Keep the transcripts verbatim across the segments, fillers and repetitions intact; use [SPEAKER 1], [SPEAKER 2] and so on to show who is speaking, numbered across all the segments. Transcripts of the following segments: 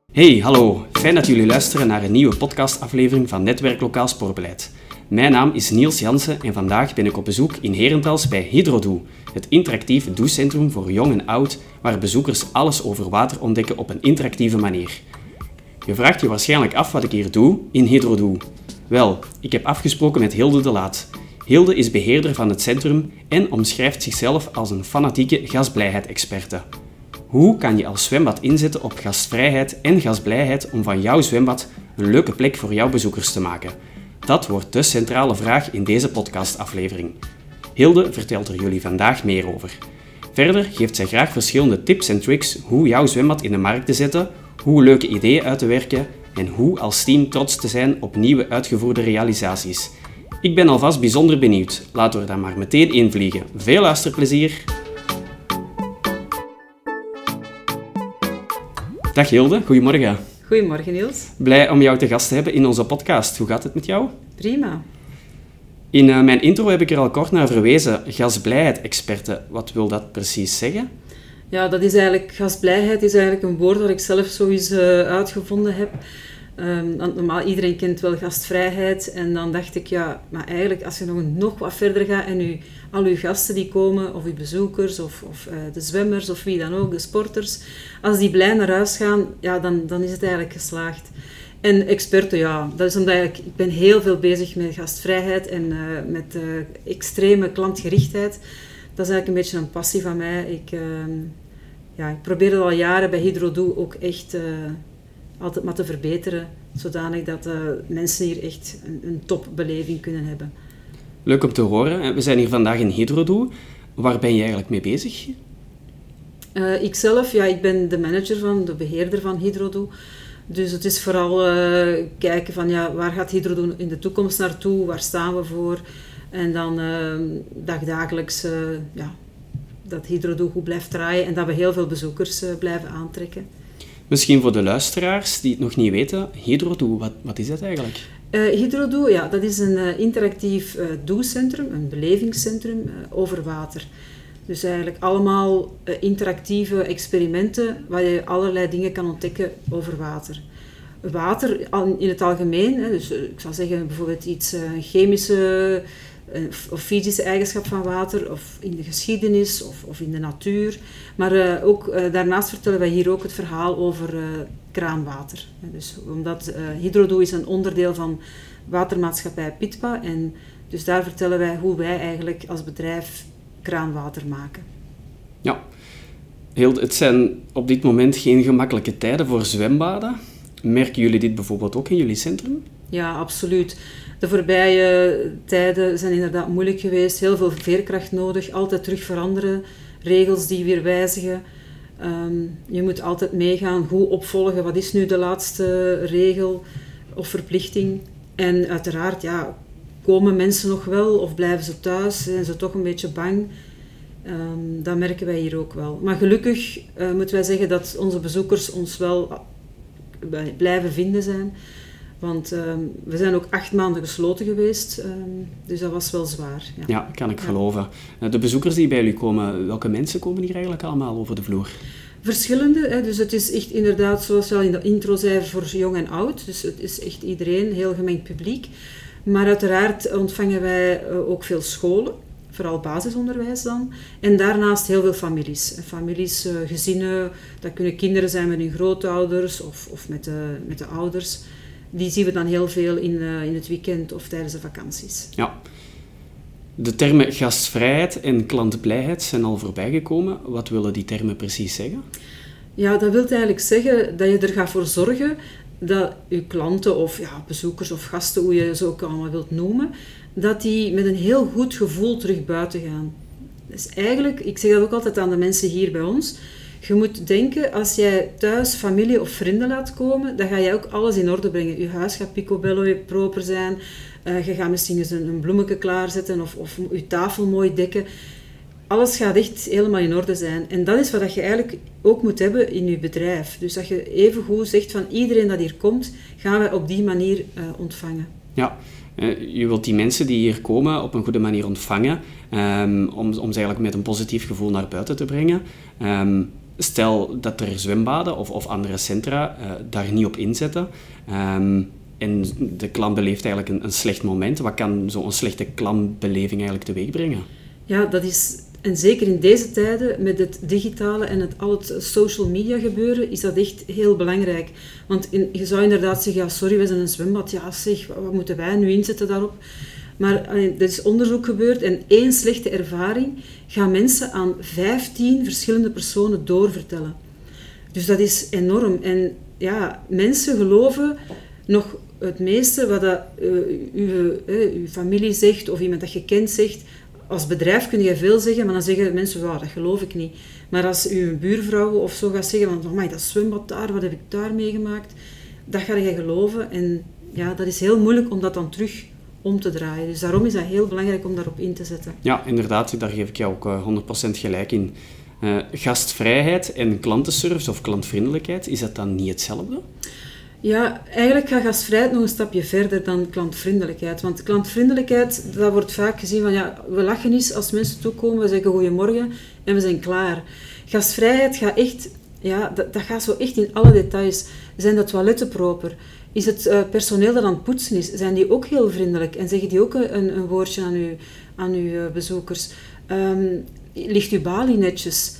[SPEAKER 1] Hey, hallo. Fijn dat jullie luisteren naar een nieuwe podcastaflevering van Netwerk Lokaal Sportbeleid. Mijn naam is Niels Jansen en vandaag ben ik op bezoek in Herentals bij Hydrodoe, het interactief douchecentrum voor jong en oud, waar bezoekers alles over water ontdekken op een interactieve manier. Je vraagt je waarschijnlijk af wat ik hier doe in Hydrodoe. Wel, ik heb afgesproken met Hilde de Laat. Hilde is beheerder van het centrum en omschrijft zichzelf als een fanatieke gastvrijheid-experte. Hoe kan je als zwembad inzetten op gastvrijheid en gasblijheid om van jouw zwembad een leuke plek voor jouw bezoekers te maken? Dat wordt de centrale vraag in deze podcastaflevering. Hilde vertelt er jullie vandaag meer over. Verder geeft zij graag verschillende tips en tricks hoe jouw zwembad in de markt te zetten, hoe leuke ideeën uit te werken en hoe als team trots te zijn op nieuwe uitgevoerde realisaties. Ik ben alvast bijzonder benieuwd. Laten we er dan maar meteen invliegen. Veel luisterplezier! Dag Hilde, goedemorgen.
[SPEAKER 2] Goedemorgen Niels.
[SPEAKER 1] Blij om jou te gast te hebben in onze podcast. Hoe gaat het met jou?
[SPEAKER 2] Prima.
[SPEAKER 1] In uh, mijn intro heb ik er al kort naar verwezen. Gasblijheid-experte, wat wil dat precies zeggen?
[SPEAKER 2] Ja, dat is eigenlijk, gasblijheid is eigenlijk een woord dat ik zelf zo eens uh, uitgevonden heb. Um, want normaal, iedereen kent wel gastvrijheid en dan dacht ik, ja, maar eigenlijk als je nog, nog wat verder gaat en u, al uw gasten die komen, of uw bezoekers, of, of uh, de zwemmers, of wie dan ook, de sporters, als die blij naar huis gaan, ja, dan, dan is het eigenlijk geslaagd. En experten, ja, dat is omdat ik, ik ben heel veel bezig met gastvrijheid en uh, met uh, extreme klantgerichtheid. Dat is eigenlijk een beetje een passie van mij. Ik, uh, ja, ik probeer het al jaren bij Hydrodoe ook echt uh, altijd maar te verbeteren, zodanig dat uh, mensen hier echt een, een topbeleving kunnen hebben.
[SPEAKER 1] Leuk om te horen. We zijn hier vandaag in Hydrodoe. Waar ben je eigenlijk mee bezig?
[SPEAKER 2] Uh, ikzelf, ja, ik ben de manager van, de beheerder van Hydrodoe. Dus het is vooral uh, kijken van, ja, waar gaat Hydrodoe in de toekomst naartoe? Waar staan we voor? En dan uh, dagdagelijks uh, ja, dat Hydrodoe goed blijft draaien en dat we heel veel bezoekers uh, blijven aantrekken.
[SPEAKER 1] Misschien voor de luisteraars die het nog niet weten, Hydrodoe, wat, wat is dat eigenlijk?
[SPEAKER 2] Uh, Hydrodoe, ja, dat is een uh, interactief uh, douchecentrum, een belevingscentrum uh, over water. Dus eigenlijk allemaal uh, interactieve experimenten waar je allerlei dingen kan ontdekken over water. Water in het algemeen, hè, dus uh, ik zou zeggen bijvoorbeeld iets uh, chemische uh, of fysische eigenschap van water, of in de geschiedenis of, of in de natuur. Maar uh, ook uh, daarnaast vertellen wij hier ook het verhaal over uh, kraanwater. Dus omdat uh, Hydrodoe is een onderdeel van watermaatschappij Pitpa en dus daar vertellen wij hoe wij eigenlijk als bedrijf kraanwater maken.
[SPEAKER 1] Ja, heel, het zijn op dit moment geen gemakkelijke tijden voor zwembaden. Merken jullie dit bijvoorbeeld ook in jullie centrum?
[SPEAKER 2] Ja, absoluut. De voorbije tijden zijn inderdaad moeilijk geweest. Heel veel veerkracht nodig, altijd terug veranderen, regels die weer wijzigen. Um, je moet altijd meegaan, goed opvolgen, wat is nu de laatste regel of verplichting. En uiteraard, ja, komen mensen nog wel of blijven ze thuis? Zijn ze toch een beetje bang? Um, dat merken wij hier ook wel. Maar gelukkig uh, moeten wij zeggen dat onze bezoekers ons wel blijven vinden zijn. Want um, we zijn ook acht maanden gesloten geweest, um, dus dat was wel zwaar. Ja,
[SPEAKER 1] ja kan ik
[SPEAKER 2] ja.
[SPEAKER 1] geloven. De bezoekers die bij jullie komen, welke mensen komen hier eigenlijk allemaal over de vloer?
[SPEAKER 2] Verschillende, hè, dus het is echt inderdaad, zoals je al in de intro zei, voor jong en oud. Dus het is echt iedereen, heel gemengd publiek. Maar uiteraard ontvangen wij ook veel scholen, vooral basisonderwijs dan. En daarnaast heel veel families. Families, gezinnen, dat kunnen kinderen zijn met hun grootouders of, of met, de, met de ouders. Die zien we dan heel veel in, uh, in het weekend of tijdens de vakanties.
[SPEAKER 1] Ja. De termen gastvrijheid en klantblijheid zijn al voorbijgekomen. Wat willen die termen precies zeggen?
[SPEAKER 2] Ja, dat wil eigenlijk zeggen dat je er gaat voor zorgen dat je klanten of ja, bezoekers of gasten, hoe je ze ook allemaal wilt noemen, dat die met een heel goed gevoel terug buiten gaan. Dus eigenlijk, ik zeg dat ook altijd aan de mensen hier bij ons, je moet denken, als jij thuis familie of vrienden laat komen, dan ga jij ook alles in orde brengen. Je huis gaat picobello proper zijn, uh, je gaat misschien eens een, een bloemetje klaarzetten of, of je tafel mooi dekken. Alles gaat echt helemaal in orde zijn. En dat is wat je eigenlijk ook moet hebben in je bedrijf. Dus dat je even goed zegt van iedereen dat hier komt, gaan wij op die manier uh, ontvangen.
[SPEAKER 1] Ja, uh, je wilt die mensen die hier komen op een goede manier ontvangen, um, om, om ze eigenlijk met een positief gevoel naar buiten te brengen. Um, stel dat er zwembaden of, of andere centra uh, daar niet op inzetten um, en de klant beleeft eigenlijk een, een slecht moment. Wat kan zo'n slechte klantbeleving eigenlijk teweeg brengen?
[SPEAKER 2] Ja, dat is... En zeker in deze tijden, met het digitale en het, al het social media gebeuren, is dat echt heel belangrijk. Want in, je zou inderdaad zeggen, ja sorry, we zijn een zwembad, ja zeg, wat moeten wij nu inzetten daarop? Maar allee, er is onderzoek gebeurd en één slechte ervaring gaan mensen aan vijftien verschillende personen doorvertellen. Dus dat is enorm. En ja, mensen geloven nog het meeste wat dat, uh, uw, uh, uw familie zegt of iemand dat je kent zegt. Als bedrijf kun je veel zeggen, maar dan zeggen mensen, wow, dat geloof ik niet. Maar als uw buurvrouw of zo gaat zeggen, van, oh, dat zwembad daar, wat heb ik daar meegemaakt? Dat ga je geloven. En ja, dat is heel moeilijk om dat dan terug om te draaien. Dus daarom is dat heel belangrijk om daarop in te zetten.
[SPEAKER 1] Ja, inderdaad, daar geef ik jou ook uh, honderd procent gelijk in. Uh, gastvrijheid en klantenservice of klantvriendelijkheid, is dat dan niet hetzelfde?
[SPEAKER 2] Ja, eigenlijk gaat gastvrijheid nog een stapje verder dan klantvriendelijkheid. Want klantvriendelijkheid, dat wordt vaak gezien van, ja, we lachen eens als mensen toekomen, we zeggen goeiemorgen en we zijn klaar. Gastvrijheid gaat echt, ja, dat, dat gaat zo echt in alle details. Zijn de toiletten proper? Is het uh, personeel dat aan het poetsen is, zijn die ook heel vriendelijk en zeggen die ook een, een woordje aan uw, aan uw uh, bezoekers? Um, ligt uw balie netjes?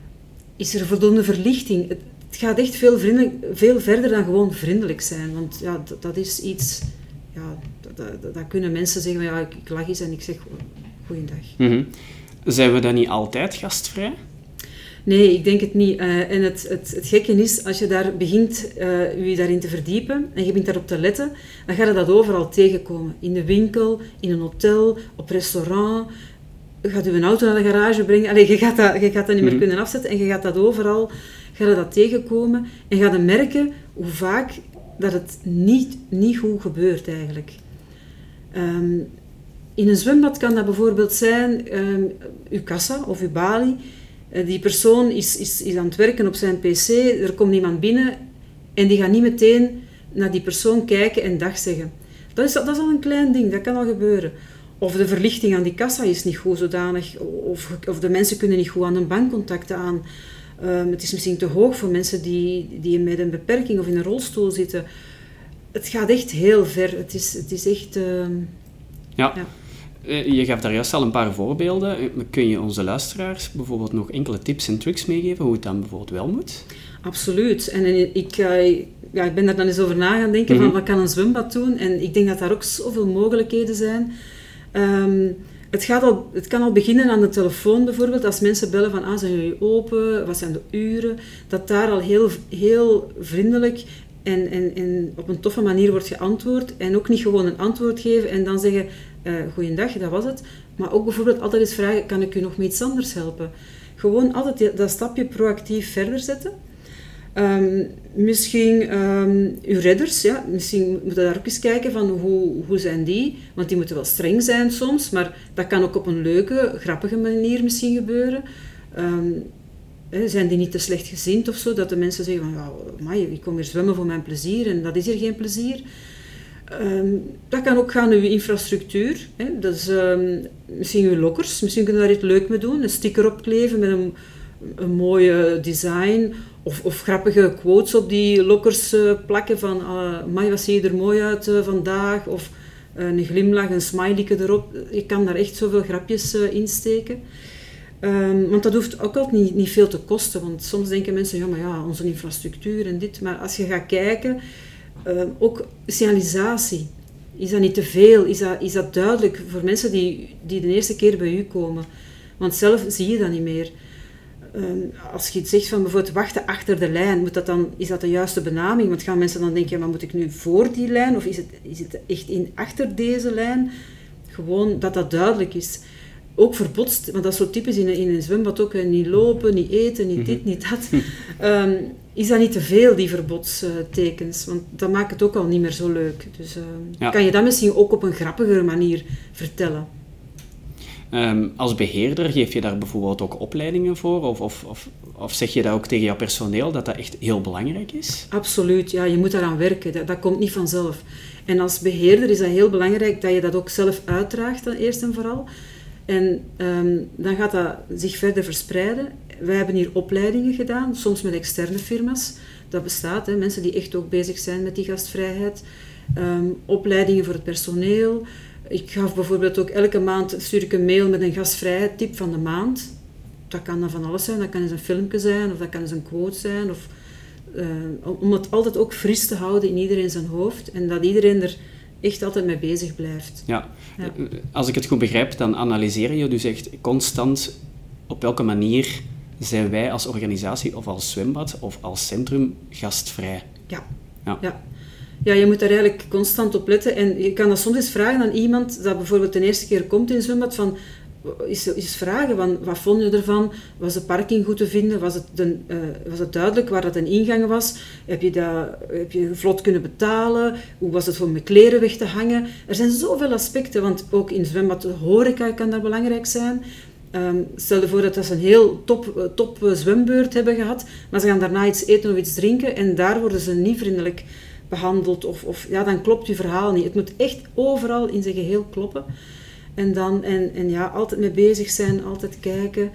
[SPEAKER 2] Is er voldoende verlichting? Het, het gaat echt veel, vriendelijk, veel verder dan gewoon vriendelijk zijn, want ja, dat, dat is iets, ja, dat, dat, dat kunnen mensen zeggen, ja, ik, ik lach eens en ik zeg goeiedag.
[SPEAKER 1] Mm-hmm. Zijn we dan niet altijd gastvrij?
[SPEAKER 2] Nee, ik denk het niet. Uh, en het, het, het gekke is, als je daar begint uh, je daarin te verdiepen en je begint daarop te letten, dan ga je dat overal tegenkomen. In de winkel, in een hotel, op restaurant. Je gaat je een auto naar de garage brengen. Allee, je gaat dat, je gaat dat niet meer kunnen afzetten en je gaat dat overal ga je dat tegenkomen. En ga je merken hoe vaak dat het niet, niet goed gebeurt eigenlijk. Um, in een zwembad kan dat bijvoorbeeld zijn, um, uw kassa of uw balie. Die persoon is, is, is aan het werken op zijn pc, er komt iemand binnen en die gaat niet meteen naar die persoon kijken en dag zeggen. Dat is, dat is al een klein ding, dat kan al gebeuren. Of de verlichting aan die kassa is niet goed zodanig, of, of de mensen kunnen niet goed aan hun bankcontacten aan. Um, het is misschien te hoog voor mensen die, die met een beperking of in een rolstoel zitten. Het gaat echt heel ver, het is, het is echt... Uh,
[SPEAKER 1] ja. ja. Je gaf daar juist al een paar voorbeelden. Kun je onze luisteraars bijvoorbeeld nog enkele tips en tricks meegeven hoe het dan bijvoorbeeld wel moet?
[SPEAKER 2] Absoluut. En ik, ja, ik ben daar dan eens over na gaan denken, mm-hmm. van wat kan een zwembad doen? En ik denk dat daar ook zoveel mogelijkheden zijn. Um, het, gaat al, het kan al beginnen aan de telefoon bijvoorbeeld. Als mensen bellen van, ah, zijn jullie open? Wat zijn de uren? Dat daar al heel, heel vriendelijk en, en, en op een toffe manier wordt geantwoord. En ook niet gewoon een antwoord geven en dan zeggen... Uh, goeiedag, dat was het. Maar ook bijvoorbeeld altijd eens vragen, kan ik u nog met iets anders helpen? Gewoon altijd dat stapje proactief verder zetten. Um, misschien um, uw redders, ja, misschien moet je daar ook eens kijken van hoe, hoe zijn die? Want die moeten wel streng zijn soms, maar dat kan ook op een leuke, grappige manier misschien gebeuren. Um, hè, zijn die niet te slecht gezind of zo, dat de mensen zeggen van, ja, amai, ik kom hier zwemmen voor mijn plezier en dat is hier geen plezier. Um, dat kan ook gaan naar uw infrastructuur. Hè. Dat is um, misschien uw lokkers. Misschien kunnen we daar iets leuk mee doen. Een sticker opkleven met een, een mooie design. Of, of grappige quotes op die lokkers uh, plakken van... Uh, Amai, wat zie je er mooi uit uh, vandaag. Of uh, een glimlach, een smileyke erop. Je kan daar echt zoveel grapjes uh, in steken. Um, want dat hoeft ook altijd niet, niet veel te kosten. Want soms denken mensen, ja, maar ja, onze infrastructuur en dit. Maar als je gaat kijken... Uh, ook signalisatie. Is dat niet te veel? Is dat, is dat duidelijk voor mensen die, die de eerste keer bij u komen? Want zelf zie je dat niet meer. Uh, als je zegt van bijvoorbeeld wachten achter de lijn, moet dat dan, is dat de juiste benaming? Want gaan mensen dan denken, ja, maar moet ik nu voor die lijn? Of is het, is het echt in achter deze lijn? Gewoon dat dat duidelijk is. Ook verbotst, want dat is zo typisch in een, in een zwembad ook, niet lopen, niet eten, niet dit, niet dat. Um, is dat niet te veel, die verbodstekens? Want dat maakt het ook al niet meer zo leuk. Dus uh, ja. Kan je dat misschien ook op een grappigere manier vertellen?
[SPEAKER 1] Um, als beheerder geef je daar bijvoorbeeld ook opleidingen voor? Of, of, of, of zeg je dat ook tegen jouw personeel, dat dat echt heel belangrijk is?
[SPEAKER 2] Absoluut, ja, je moet daaraan werken. Dat, dat komt niet vanzelf. En als beheerder is dat heel belangrijk dat je dat ook zelf uitdraagt, dan eerst en vooral. En um, dan gaat dat zich verder verspreiden. wij hebben hier opleidingen gedaan, soms met externe firma's. Dat bestaat, hè, mensen die echt ook bezig zijn met die gastvrijheid. Um, opleidingen voor het personeel. Ik gaf bijvoorbeeld ook elke maand stuur ik een mail met een gastvrijheid tip van de maand. Dat kan dan van alles zijn, dat kan eens een filmpje zijn of dat kan eens een quote zijn. Of, uh, om het altijd ook fris te houden in iedereen zijn hoofd en dat iedereen er echt altijd mee bezig blijft.
[SPEAKER 1] Ja.
[SPEAKER 2] Ja.
[SPEAKER 1] Als ik het goed begrijp, dan analyseer je dus echt constant op welke manier zijn wij als organisatie of als zwembad of als centrum gastvrij.
[SPEAKER 2] Ja.
[SPEAKER 1] Ja.
[SPEAKER 2] ja. Ja, je moet daar eigenlijk constant op letten. En je kan dat soms eens vragen aan iemand dat bijvoorbeeld de eerste keer komt in een zwembad van is, is vragen van wat vond je ervan? Was de parking goed te vinden? Was het, de, uh, was het duidelijk waar dat een ingang was? Heb je, dat, heb je vlot kunnen betalen? Hoe was het om met kleren weg te hangen? Er zijn zoveel aspecten, want ook in zwembad de horeca kan daar belangrijk zijn. Um, stel je voor dat ze een heel top, top zwembeurt hebben gehad, maar ze gaan daarna iets eten of iets drinken en daar worden ze niet vriendelijk behandeld. Of, of ja, dan klopt je verhaal niet. Het moet echt overal in zijn geheel kloppen. En, dan, en, en ja, altijd mee bezig zijn, altijd kijken.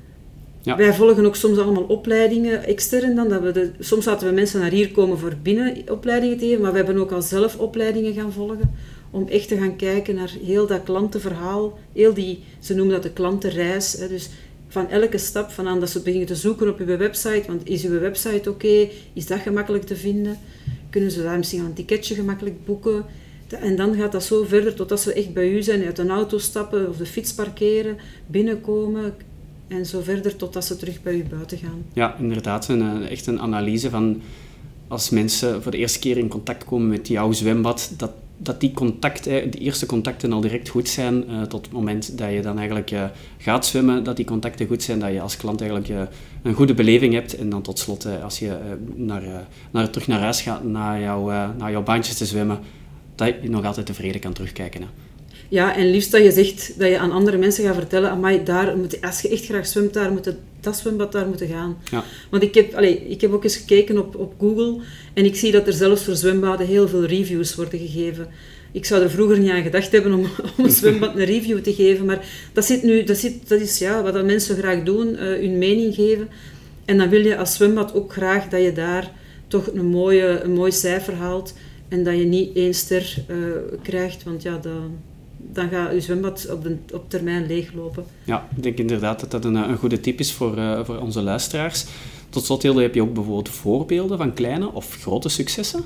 [SPEAKER 2] Ja. Wij volgen ook soms allemaal opleidingen extern. Dan, dat we de, soms laten we mensen naar hier komen voor binnen opleidingen te geven, maar we hebben ook al zelf opleidingen gaan volgen. Om echt te gaan kijken naar heel dat klantenverhaal. Heel die, ze noemen dat de klantenreis. Hè, dus van elke stap, van aan dat ze beginnen te zoeken op uw website. Want is uw website oké? Okay? Is dat gemakkelijk te vinden? Kunnen ze daar misschien een ticketje gemakkelijk boeken? En dan gaat dat zo verder totdat ze echt bij u zijn, uit een auto stappen of de fiets parkeren, binnenkomen en zo verder totdat ze terug bij u buiten gaan.
[SPEAKER 1] Ja, inderdaad. Een, echt een analyse van als mensen voor de eerste keer in contact komen met jouw zwembad, dat, dat die contacten, die eerste contacten al direct goed zijn uh, tot het moment dat je dan eigenlijk uh, gaat zwemmen, dat die contacten goed zijn, dat je als klant eigenlijk uh, een goede beleving hebt en dan tot slot uh, als je uh, naar, uh, naar, terug naar huis gaat, naar, jou, uh, naar jouw baantjes te zwemmen, dat je nog altijd tevreden kan terugkijken. Hè.
[SPEAKER 2] Ja, en liefst dat je zegt, dat je aan andere mensen gaat vertellen, amai, daar moet, als je echt graag zwemt, daar moet het, dat zwembad daar moeten gaan. Ja. Want ik heb, allez, ik heb ook eens gekeken op, op Google en ik zie dat er zelfs voor zwembaden heel veel reviews worden gegeven. Ik zou er vroeger niet aan gedacht hebben om, om een zwembad een review te geven, maar dat, zit nu, dat, zit, dat is ja, wat dat mensen graag doen, uh, hun mening geven. En dan wil je als zwembad ook graag dat je daar toch een, mooie, een mooi cijfer haalt. En dat je niet één ster uh, krijgt, want ja, dat, dan gaat je zwembad op, de, op termijn leeglopen.
[SPEAKER 1] Ja, ik denk inderdaad dat dat een, een goede tip is voor, uh, voor onze luisteraars. Tot slot, Hilde, heb je ook bijvoorbeeld voorbeelden van kleine of grote successen?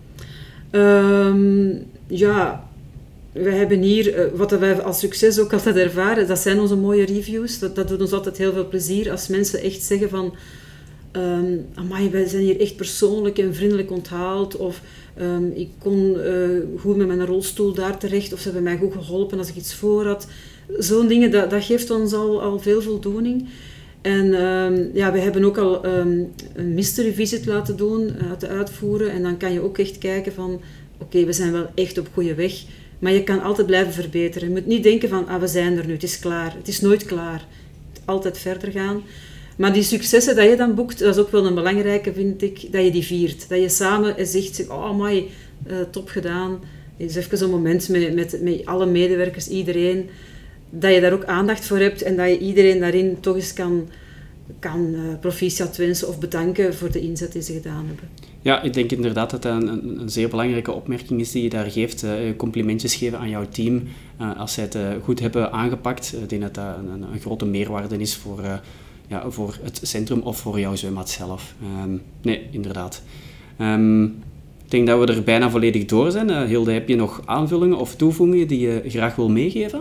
[SPEAKER 2] Um, ja, wij hebben hier, uh, wat wij als succes ook altijd ervaren, dat zijn onze mooie reviews. Dat, dat doet ons altijd heel veel plezier als mensen echt zeggen van Um, amai, wij zijn hier echt persoonlijk en vriendelijk onthaald. Of um, ik kon uh, goed met mijn rolstoel daar terecht. Of ze hebben mij goed geholpen als ik iets voor had. Zo'n dingen, dat, dat geeft ons al, al veel voldoening. En um, ja, we hebben ook al um, een mystery visit laten doen, uh, laten uitvoeren. En dan kan je ook echt kijken van, oké, okay, we zijn wel echt op goede weg. Maar je kan altijd blijven verbeteren. Je moet niet denken van, ah, we zijn er nu, het is klaar. Het is nooit klaar. Altijd verder gaan. Maar die successen dat je dan boekt, dat is ook wel een belangrijke, vind ik, dat je die viert. Dat je samen zegt, oh amai, uh, top gedaan. Het is even zo'n moment met, met, met alle medewerkers, iedereen, dat je daar ook aandacht voor hebt en dat je iedereen daarin toch eens kan, kan uh, proficiat wensen of bedanken voor de inzet die ze gedaan hebben.
[SPEAKER 1] Ja, ik denk inderdaad dat dat een, een zeer belangrijke opmerking is die je daar geeft. Uh, complimentjes geven aan jouw team uh, als zij het uh, goed hebben aangepakt. Ik denk dat dat een, een grote meerwaarde is voor... Uh, Ja, voor het centrum of voor jouw zwembad zelf. Um, nee, inderdaad. Um, ik denk dat we er bijna volledig door zijn. Uh, Hilde, heb je nog aanvullingen of toevoegingen die je graag wil meegeven?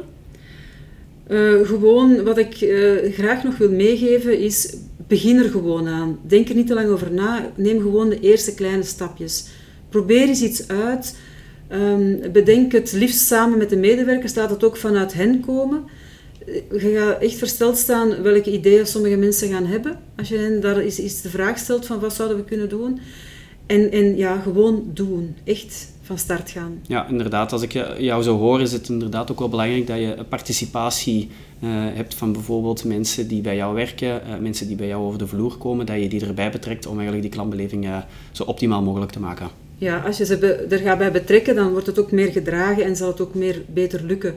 [SPEAKER 2] Uh, gewoon, wat ik uh, graag nog wil meegeven is, begin er gewoon aan. Denk er niet te lang over na. Neem gewoon de eerste kleine stapjes. Probeer eens iets uit. Um, bedenk het liefst samen met de medewerkers. Laat het ook vanuit hen komen. Je gaat echt versteld staan welke ideeën sommige mensen gaan hebben. Als je hen daar eens, eens de vraag stelt van wat zouden we kunnen doen. En, en ja, gewoon doen. Echt van start gaan.
[SPEAKER 1] Ja, inderdaad. Als ik jou zo hoor, is het inderdaad ook wel belangrijk dat je participatie uh, hebt van bijvoorbeeld mensen die bij jou werken, uh, mensen die bij jou over de vloer komen, dat je die erbij betrekt om eigenlijk die klantbeleving uh, zo optimaal mogelijk te maken.
[SPEAKER 2] Ja, als je ze be- er gaat bij betrekken, dan wordt het ook meer gedragen en zal het ook meer beter lukken.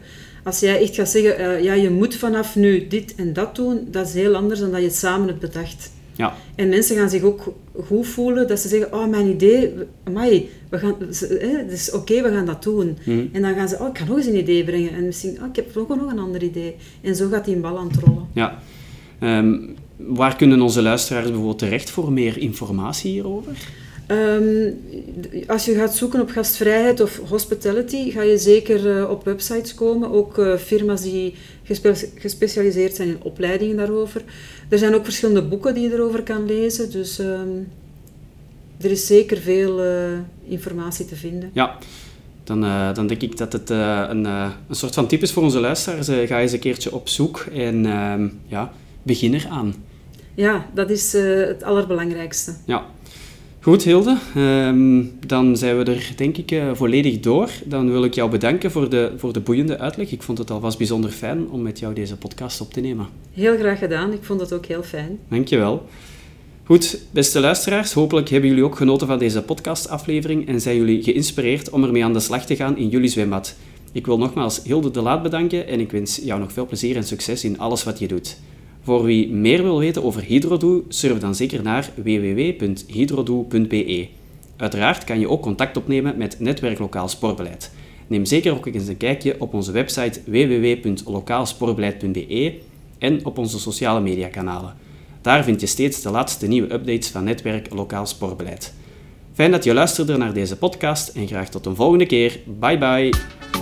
[SPEAKER 2] Als jij echt gaat zeggen, uh, ja, je moet vanaf nu dit en dat doen, dat is heel anders dan dat je het samen hebt bedacht.
[SPEAKER 1] Ja.
[SPEAKER 2] En mensen gaan zich ook goed voelen, dat ze zeggen, oh, mijn idee, amai, we gaan, het is oké, okay, we gaan dat doen. Mm. En dan gaan ze, oh, ik ga nog eens een idee brengen. En misschien, oh, ik heb ook nog een ander idee. En zo gaat die bal aan het rollen.
[SPEAKER 1] Ja. Um, waar kunnen onze luisteraars bijvoorbeeld terecht voor meer informatie hierover?
[SPEAKER 2] Um, als je gaat zoeken op gastvrijheid of hospitality, ga je zeker uh, op websites komen. Ook uh, firma's die gespe- gespecialiseerd zijn in opleidingen daarover. Er zijn ook verschillende boeken die je erover kan lezen. Dus um, er is zeker veel uh, informatie te vinden.
[SPEAKER 1] Ja, dan, uh, dan denk ik dat het uh, een, uh, een soort van tip is voor onze luisteraars. Uh, ga eens een keertje op zoek en uh, ja, begin eraan.
[SPEAKER 2] Ja, dat is uh, het allerbelangrijkste.
[SPEAKER 1] Ja. Goed, Hilde. Um, dan zijn we er, denk ik, uh, volledig door. Dan wil ik jou bedanken voor de, voor de boeiende uitleg. Ik vond het alvast bijzonder fijn om met jou deze podcast op te nemen.
[SPEAKER 2] Heel graag gedaan. Ik vond het ook heel fijn.
[SPEAKER 1] Dankjewel. Goed, beste luisteraars. Hopelijk hebben jullie ook genoten van deze podcastaflevering en zijn jullie geïnspireerd om ermee aan de slag te gaan in jullie zwembad. Ik wil nogmaals Hilde de Laat bedanken en ik wens jou nog veel plezier en succes in alles wat je doet. Voor wie meer wil weten over Hydrodo, surf dan zeker naar w w w punt hydrodo punt b e. Uiteraard kan je ook contact opnemen met Netwerk Lokaal Sportbeleid. Neem zeker ook eens een kijkje op onze website w w w punt lokaal sportbeleid punt b e en op onze sociale mediakanalen. Daar vind je steeds de laatste nieuwe updates van Netwerk Lokaal Sportbeleid. Fijn dat je luisterde naar deze podcast en graag tot een volgende keer. Bye bye!